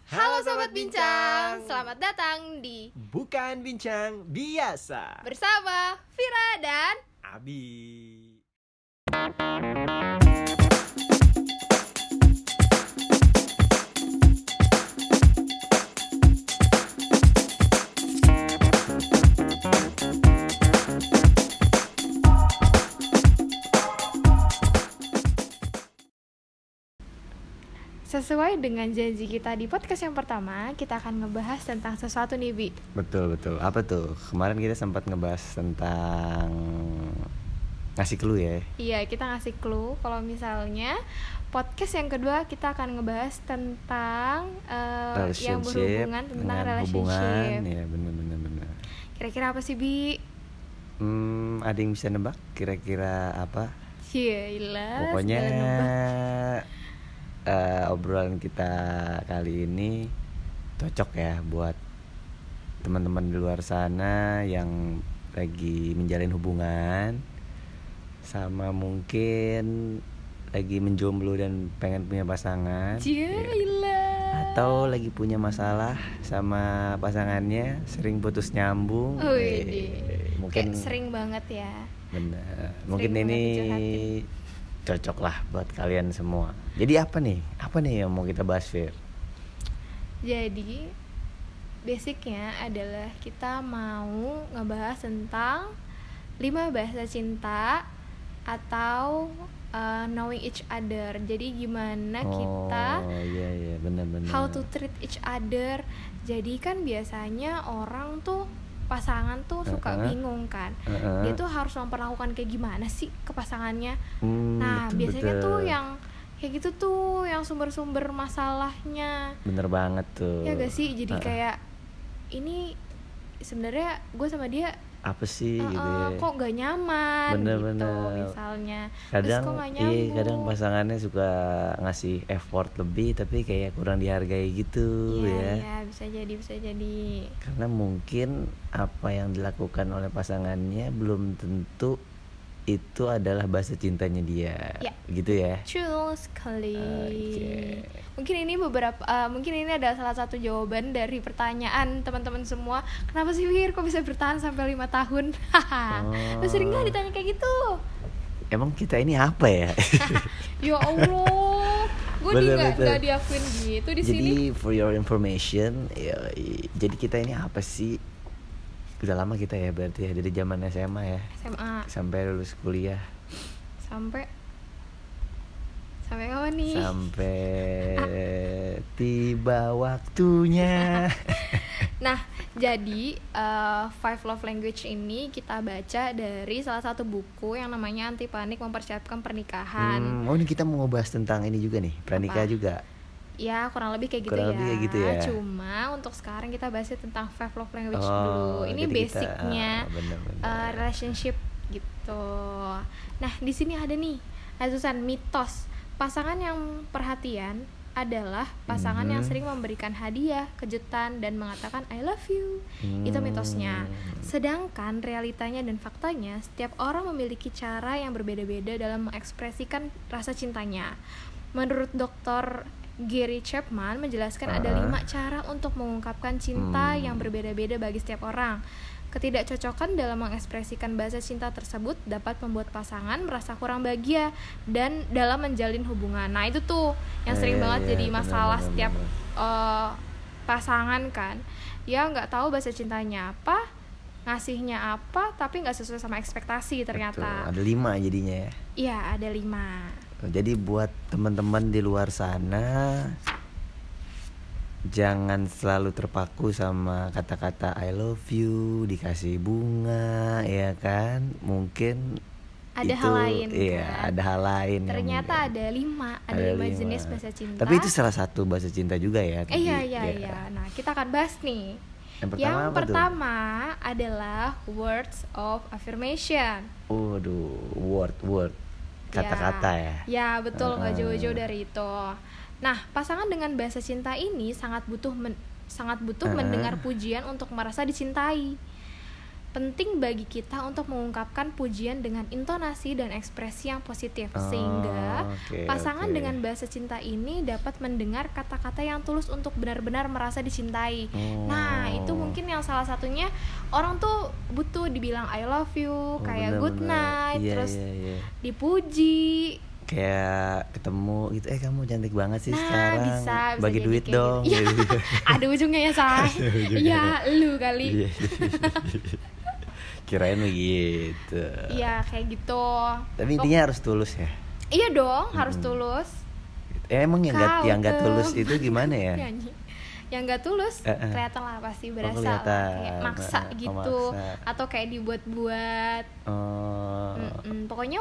Halo Sobat Bincang, selamat datang di Bukan Bincang Biasa bersama Vira dan Abi. sesuai dengan janji kita di podcast yang pertama, kita akan ngebahas tentang sesuatu nih, Bi. Betul. Apa tuh? Kemarin kita sempat ngebahas tentang ngasih clue ya. Iya, kita ngasih clue kalau misalnya podcast yang kedua kita akan ngebahas tentang yang berhubungan tentang relationship. Ya, benar. Kira-kira apa sih, Bi? Ada yang bisa nebak? Kira-kira apa? Gila. Pokoknya obrolan kita kali ini cocok ya buat teman-teman di luar sana yang lagi menjalin hubungan sama mungkin lagi menjomblo dan pengen punya pasangan. Gila. Atau lagi punya masalah sama pasangannya, sering putus nyambung. Kayak Mungkin sering banget ya. bener. Mungkin ini cocok lah buat kalian semua. Jadi apa nih yang mau kita bahas, Fir? Jadi basicnya adalah kita mau ngebahas tentang 5 bahasa cinta atau knowing each other. Jadi gimana kita iya, benar. how to treat each other. Jadi kan biasanya orang tuh pasangan tuh suka bingung kan, dia tuh harus memperlakukan kayak gimana sih ke pasangannya. Nah biasanya tuh yang kayak gitu tuh yang sumber-sumber masalahnya. Bener banget tuh. Ya gak sih, jadi kayak ini sebenarnya gue sama dia apa sih gitu ya, kok gak nyaman bener. Gitu misalnya. Kadang kok gak nyambung. kadang pasangannya suka ngasih effort lebih tapi kayak kurang dihargai gitu. Iya, bisa jadi karena mungkin apa yang dilakukan oleh pasangannya belum tentu itu adalah bahasa cintanya dia. Gitu ya. True sekali. Okay. Mungkin ini adalah salah satu jawaban dari pertanyaan teman-teman semua. Kenapa sih Wir kok bisa bertahan sampai 5 tahun? Lu sering gak ditanya kayak gitu? Emang kita ini apa ya? Ya Allah, gue gak diakuin gitu di sini. Jadi for your information, jadi kita ini apa sih? Udah lama kita ya berarti ya, dari zaman SMA ya. SMA. Sampai lulus kuliah. Sampai kapan nih? Sampai tiba waktunya. Nah, jadi 5 Love Language ini kita baca dari salah satu buku yang namanya Anti Panik Mempersiapkan Pernikahan. Ini kita mau ngebahas tentang ini juga nih, pranikah juga. Ya kurang lebih kayak gitu ya. Cuma untuk sekarang kita bahasnya tentang 5 Love Language dulu. Ini basicnya relationship gitu. Nah di sini ada nih tulisan mitos. Pasangan yang perhatian adalah pasangan yang sering memberikan hadiah, kejutan, dan mengatakan I love you. Itu mitosnya. Sedangkan realitanya dan faktanya, setiap orang memiliki cara yang berbeda-beda dalam mengekspresikan rasa cintanya. Menurut Dr. Gary Chapman menjelaskan ada 5 cara untuk mengungkapkan cinta yang berbeda-beda bagi setiap orang. Ketidakcocokan dalam mengekspresikan bahasa cinta tersebut dapat membuat pasangan merasa kurang bahagia dan dalam menjalin hubungan. Nah itu tuh yang sering banget jadi masalah setiap pasangan kan. Ya nggak tahu bahasa cintanya apa, ngasihnya apa, tapi nggak sesuai sama ekspektasi ternyata. Betul, ada 5 jadinya ya. Iya ada 5. Jadi buat teman-teman di luar sana, jangan selalu terpaku sama kata-kata I love you, dikasih bunga, ya kan? Mungkin ada itu, hal lain. Iya, kan? Ada hal lain. Ternyata ada 5 jenis bahasa cinta. Tapi itu salah satu bahasa cinta juga ya. Iya. Nah, kita akan bahas nih. Yang pertama adalah words of affirmation. Word. Kata-kata ya. Ya, betul, enggak jauh-jauh dari itu. Nah, pasangan dengan bahasa cinta ini sangat butuh mendengar pujian untuk merasa dicintai. penting bagi kita untuk mengungkapkan pujian dengan intonasi dan ekspresi yang positif, sehingga pasangan dengan bahasa cinta ini dapat mendengar kata-kata yang tulus untuk benar-benar merasa dicintai. Nah, itu mungkin yang salah satunya orang tuh butuh dibilang I love you, kayak good night, terus dipuji. Kayak ketemu gitu, kamu cantik banget sih sekarang. Bisa bagi duit dong. Gitu. Ya, ada ujungnya ya, say. Ya, lu kali. Kirain begitu. Iya, kayak gitu. Tapi intinya harus tulus ya. Iya dong, harus tulus. Emang yang nggak tulus itu gimana ya? Yang nggak tulus kelihatan lah, pasti berasa kayak maksa gitu, atau kayak dibuat-buat. Pokoknya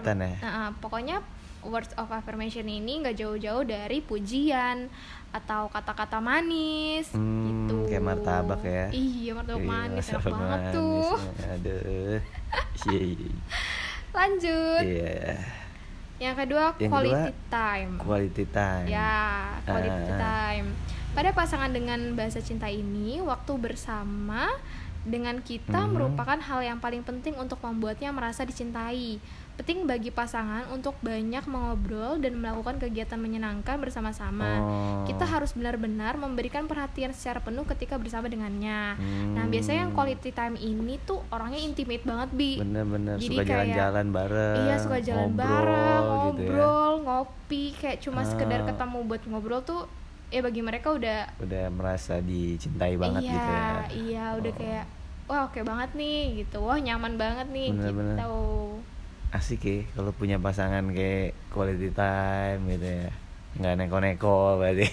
words of affirmation ini nggak jauh-jauh dari pujian atau kata-kata manis gitu. Kayak martabak ya. Iya, martabak manis enak banget tuh. Aduh. Lanjut. Yang kedua, quality time. Quality time. Ya, quality time. Pada pasangan dengan bahasa cinta ini, waktu bersama dengan kita merupakan hal yang paling penting untuk membuatnya merasa dicintai. Penting bagi pasangan untuk banyak mengobrol dan melakukan kegiatan menyenangkan bersama-sama. Kita harus benar-benar memberikan perhatian secara penuh ketika bersama dengannya. Nah, biasanya yang quality time ini tuh orangnya intimate banget, Bi. Bener-bener suka jalan-jalan bareng. Iya, suka jalan bareng, ngobrol, ngopi, kayak cuma sekedar ketemu buat ngobrol tuh bagi mereka udah merasa dicintai banget gitu ya. Iya, udah kayak wah oke banget nih gitu. Wah, nyaman banget nih gitu. Asik ya kalau punya pasangan kayak quality time gitu ya. Nggak neko-neko berarti.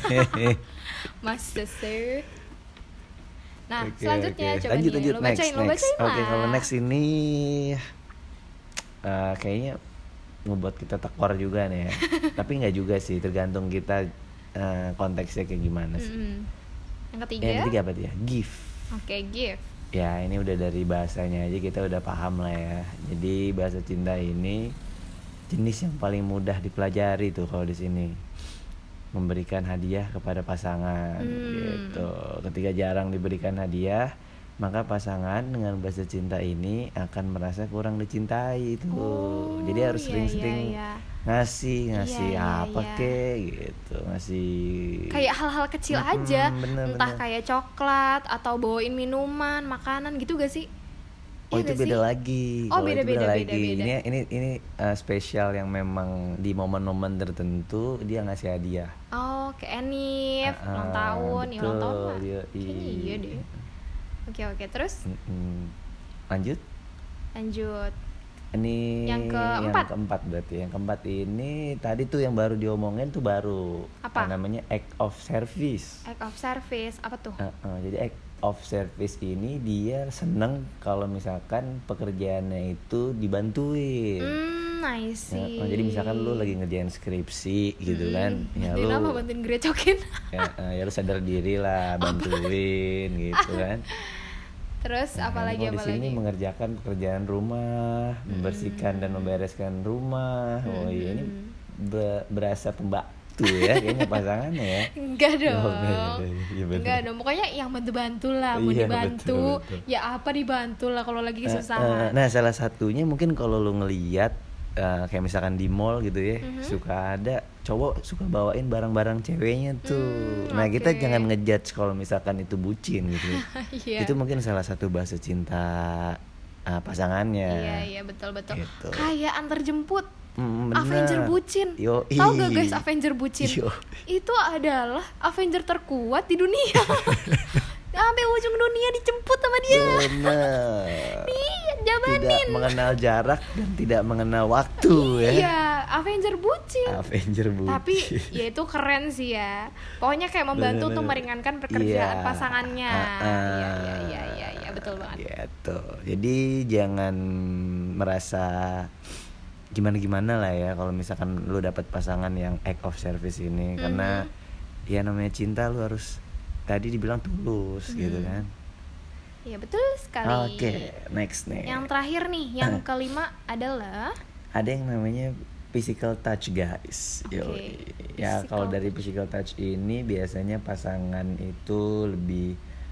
Masa sih. Nah, selanjutnya coba lanjut, lo bacain lah. Oke, kalau next ini kayaknya ngebuat kita tekor juga nih ya. Tapi nggak juga sih, tergantung kita konteksnya kayak gimana sih. Yang ketiga? Yang ketiga apa dia? Give. Oke, give. Ya, ini udah dari bahasanya aja kita udah paham lah ya. Jadi bahasa cinta ini jenis yang paling mudah dipelajari tuh kalau di sini. Memberikan hadiah kepada pasangan gitu. Ketika jarang diberikan hadiah, maka pasangan dengan bahasa cinta ini akan merasa kurang dicintai itu. Jadi harus sering-sering ngasih apa kek gitu, ngasih kayak hal-hal kecil aja, entah kayak coklat atau bawain minuman, makanan gitu gak sih? Itu beda lagi. Beda. Ini spesial yang memang di momen-momen tertentu dia ngasih hadiah. Kayak Enif ulang tahun, ulang tahun lah. Iya deh. Oke, terus? Lanjut. Ini yang keempat berarti. Yang keempat ini tadi tuh yang baru diomongin tuh baru. Apa? Namanya act of service. Act of service apa tuh? Jadi act of service ini dia seneng kalau misalkan pekerjaannya itu dibantuin. Nice. Jadi misalkan lu lagi ngerjain skripsi gitu kan, ya lu lama bantuin grecokin. ya lu sadar diri lah, bantuin gitu kan. Terus apalagi di sini mengerjakan pekerjaan rumah, membersihkan dan membereskan rumah. Ini berasa pembantu ya kayaknya pasangannya ya. Enggak dong. Enggak dong. Pokoknya yang bantu-bantu lah, mau dibantu. Betul. Ya apa dibantu lah kalau lagi kesusahan. Nah, salah satunya mungkin kalau lu ngelihat kayak misalkan di mall gitu ya, suka ada cowok suka bawain barang-barang ceweknya tuh. Nah, kita jangan ngejudge kalau misalkan itu bucin gitu. Itu mungkin salah satu bahasa cinta pasangannya. Iya, betul. Gitu. Kayak antar jemput. Bener. Avenger bucin. Tahu gak guys Avenger bucin? Itu adalah Avenger terkuat di dunia. Sampai ujung dunia dijemput sama dia. Benar. Jamanin. Tidak mengenal jarak dan tidak mengenal waktu ya. Iya, Avenger bucin. Tapi ya itu keren sih ya. Pokoknya kayak membantu untuk meringankan pekerjaan pasangannya. Iya, betul banget. Gitu. Jadi jangan merasa gimana-gimana lah ya kalau misalkan lu dapat pasangan yang act of service ini, karena ya namanya cinta lu harus tadi dibilang tulus gitu kan. Iya betul sekali. Oke, next nih. Yang terakhir nih, yang kelima adalah ada yang namanya physical touch guys. Ya kalau dari physical touch ini biasanya pasangan itu lebih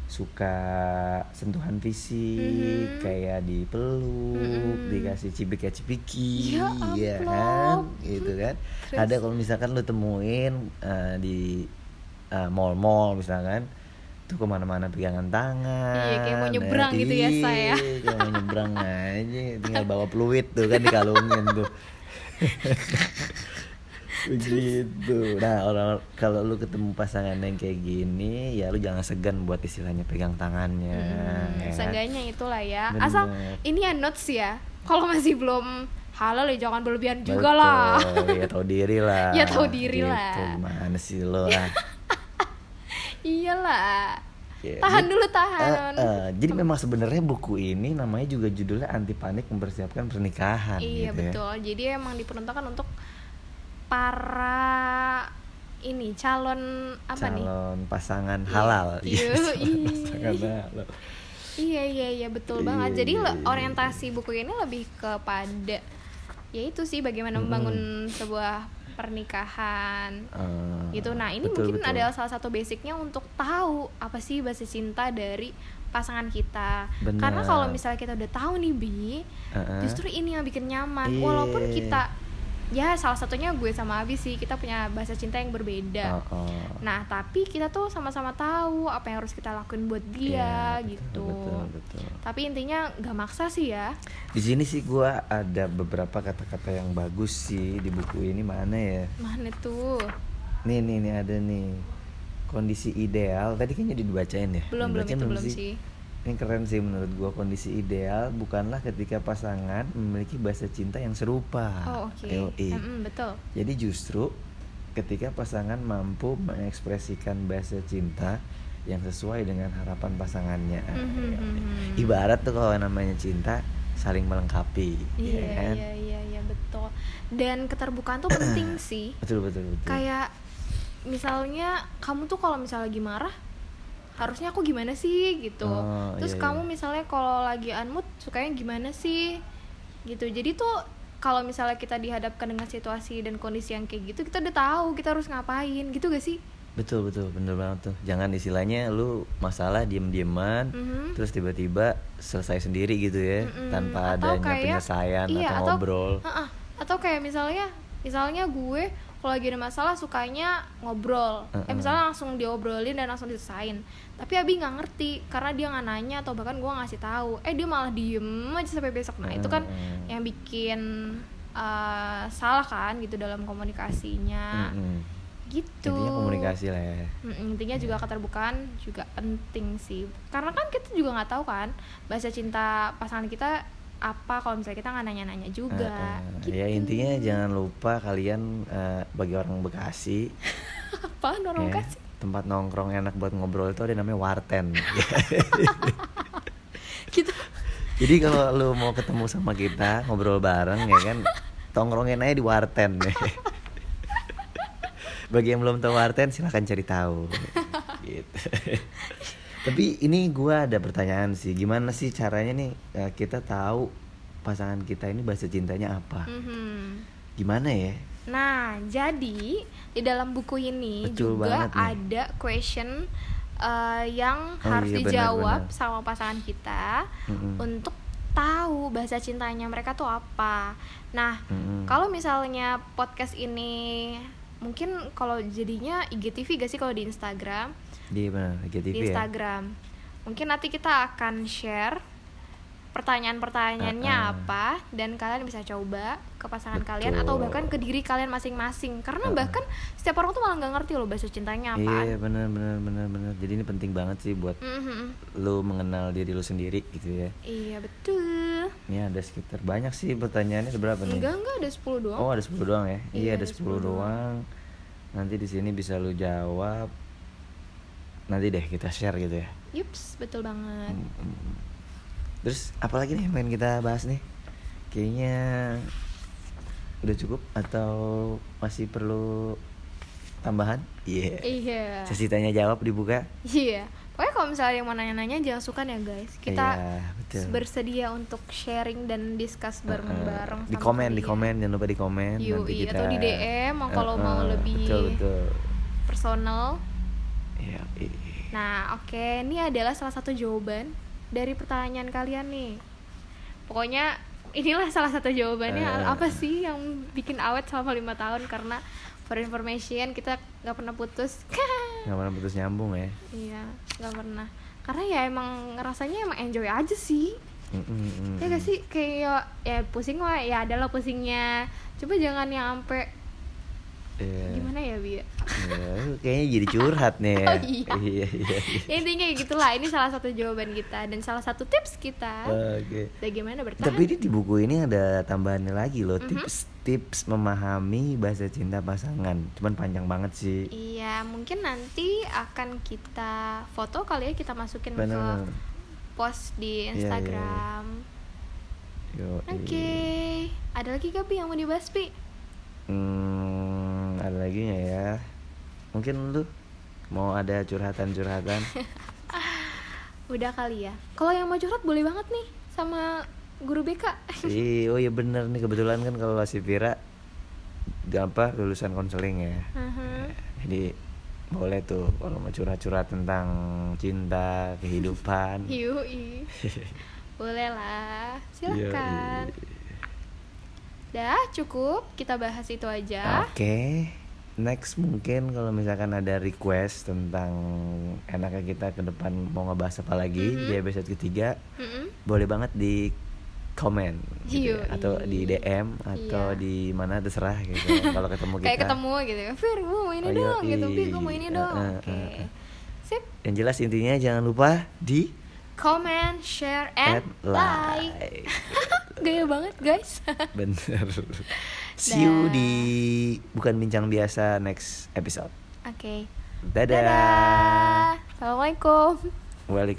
suka sentuhan fisik, kayak dipeluk, dikasih cipika-cipiki, ya kan, gitu kan. Terus, ada kalau misalkan lu temuin di mall-mall misalkan, tuh kemana-mana pegangan tangan. Iya, kayak mau nyebrang gitu ya saya. Kayak mau nyebrang aja, tinggal bawa peluit tuh kan dikalungin tuh. Begitu. Nah, orang kalau lu ketemu pasangan yang kayak gini, ya lu jangan segan buat istilahnya pegang tangannya. Seenggaknya itulah ya. Bener. Asal ini ya notes ya. Kalau masih belum halal ya jangan berlebihan juga lah. Ya tahu diri lah. Ya tahu diri gitu. lah. Gimana sih lo lah. Iyalah. Tahan dulu, tahan. Jadi memang sebenarnya buku ini namanya juga judulnya Anti Panik Mempersiapkan Pernikahan. Iya gitu betul. Ya. Jadi emang diperuntukkan untuk para ini calon pasangan halal. Pasangan halal. Iya betul banget. Jadi orientasi buku ini lebih kepada yaitu sih bagaimana membangun sebuah pernikahan gitu. Nah ini betul, mungkin adalah salah satu basicnya untuk tahu apa sih bahasa cinta dari pasangan kita. Bener. Karena kalau misalnya kita udah tahu nih Bi, justru ini yang bikin nyaman. Walaupun kita ya salah satunya gue sama Abi sih, kita punya bahasa cinta yang berbeda. Nah tapi kita tuh sama-sama tahu apa yang harus kita lakuin buat dia, gitu. Betul. Tapi intinya nggak maksa sih ya. Di sini sih gue ada beberapa kata-kata yang bagus sih di buku ini. Mana ya? Mana tuh? Nih ada nih. Kondisi ideal. Tadi kayaknya dibacain ya? Belum sih. Ini keren sih menurut gue. Kondisi ideal bukanlah ketika pasangan memiliki bahasa cinta yang serupa. Betul. Jadi justru ketika pasangan mampu mengekspresikan bahasa cinta yang sesuai dengan harapan pasangannya. Ibarat tuh kalau namanya cinta saling melengkapi. Iya betul. Dan keterbukaan tuh penting sih. Betul. Kayak misalnya kamu tuh kalau misalnya lagi marah, harusnya aku gimana sih gitu. Terus kamu misalnya kalau lagi unmood sukanya gimana sih gitu. Jadi tuh kalau misalnya kita dihadapkan dengan situasi dan kondisi yang kayak gitu, kita udah tahu kita harus ngapain gitu gak sih? Betul bener banget tuh. Jangan istilahnya lu masalah diem-dieman terus tiba-tiba selesai sendiri gitu ya, tanpa atau adanya kayak, penyelesaian atau ngobrol. Atau kayak misalnya gue kalau lagi ada masalah sukanya ngobrol, misalnya langsung diobrolin dan langsung diselesain. Tapi Abi nggak ngerti karena dia nggak nanya atau bahkan gue ngasih tahu, dia malah diem aja sampai besok. Nah itu kan yang bikin salah kan gitu dalam komunikasinya. Gitu. Intinya komunikasi lah ya. Intinya juga keterbukaan juga penting sih. Karena kan kita juga nggak tahu kan bahasa cinta pasangan kita apa kalau misalnya kita nggak nanya-nanya juga. Gitu. Ya intinya jangan lupa kalian bagi orang Bekasi. Apaan orang Bekasi? Tempat nongkrong enak buat ngobrol itu ada namanya warten. Gitu. Jadi kalau lu mau ketemu sama kita ngobrol bareng ya kan, tongkrongin aja di warten. Bagi yang belum tahu warten silahkan cari tahu. Gitu. Tapi ini gue ada pertanyaan sih, gimana sih caranya nih kita tahu pasangan kita ini bahasa cintanya apa? Gimana ya? Nah, jadi di dalam buku ini juga ada question yang harus dijawab benar. Sama pasangan kita untuk tahu bahasa cintanya mereka tuh apa. Nah, kalau misalnya podcast ini mungkin kalau jadinya IGTV gak sih kalau di Instagram? Di mana? IGTV di Instagram. Ya? Mungkin nanti kita akan share pertanyaan-pertanyaannya apa dan kalian bisa coba ke pasangan kalian atau bahkan ke diri kalian masing-masing. Karena bahkan setiap orang tuh malah nggak ngerti loh bahasa cintanya apa. Iya benar. Jadi ini penting banget sih buat lu mengenal diri lu sendiri gitu ya. Iya betul. Ini ada sekitar banyak sih pertanyaannya, ada berapa nih? Enggak ada 10 doang. Oh ada 10 doang ya. Iya ada 10 doang. Nanti di sini bisa lu jawab. Nanti deh kita share gitu ya. Yups, betul banget. Terus apalagi nih yang pengen kita bahas nih? Kayaknya udah cukup atau masih perlu tambahan? Iya. Sesi tanya jawab dibuka. Iya. Pokoknya kalau misalnya yang mau nanya-nanya jangan suka ya guys. Kita bersedia untuk sharing dan discuss bareng-bareng. Di komen jangan lupa di komen. Nanti kita atau di DM kalau mau lebih personal. Ya. Nah, oke, ini adalah salah satu jawaban dari pertanyaan kalian nih. Pokoknya inilah salah satu jawabannya. Apa sih yang bikin awet selama 5 tahun? Karena for information kita nggak pernah putus. Nggak pernah putus nyambung ya? Iya, nggak pernah. Karena ya emang rasanya emang enjoy aja sih. Ya gak sih, kayak ya pusing mah ya adalah pusingnya. Coba jangan yang sampai gimana ya Bi? Kayaknya jadi curhat nih ya. Oh, iya. Ya, intinya gitulah. Ini salah satu jawaban kita dan salah satu tips kita. Bagaimana bertahan. Tapi di buku ini ada tambahannya lagi loh, tips memahami bahasa cinta pasangan. Cuman panjang banget sih. Iya, mungkin nanti akan kita foto kali ya, kita masukin ke post di Instagram. Oke. Ada lagi gak Bi yang mau dibahas Bi? Ada lagi nggak ya? Mungkin lu mau ada curhatan? Udah kali ya. Kalau yang mau curhat boleh banget nih sama guru BK. Oh iya bener nih, kebetulan kan kalau si Vira lulusan konseling ya. Jadi boleh tuh kalau mau curhat-curhat tentang cinta, kehidupan. Yui. Boleh lah, silakan. Dah cukup, kita bahas itu aja. Oke. Next mungkin kalau misalkan ada request tentang enaknya kita ke depan mau ngebahas apa lagi di episode ketiga, boleh banget di komen gitu ya, atau di DM atau di mana terserah gitu. Kalau ketemu kita. Kayak ketemu gitu. Fir, gue mau ini dong gitu. Fir, gue mau ini dong. Oke. Sip. Yang jelas intinya jangan lupa di comment, share, and like. Gaya banget guys. Bener. See you di Bukan Bincang Biasa next episode. Oke. Dadah. Assalamualaikum. Waalaikumsalam.